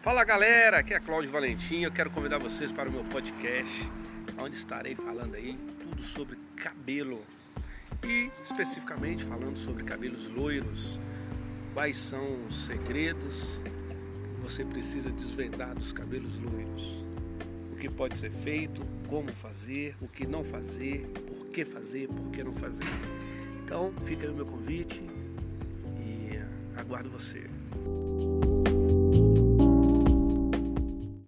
Fala galera, aqui é Cláudio Valentim. Eu quero convidar vocês para o meu podcast, onde estarei falando aí tudo sobre cabelo e especificamente falando sobre cabelos loiros. Quais são os segredos que você precisa desvendar dos cabelos loiros? O que pode ser feito, como fazer, o que não fazer, por que não fazer. Então fica aí o meu convite e aguardo você.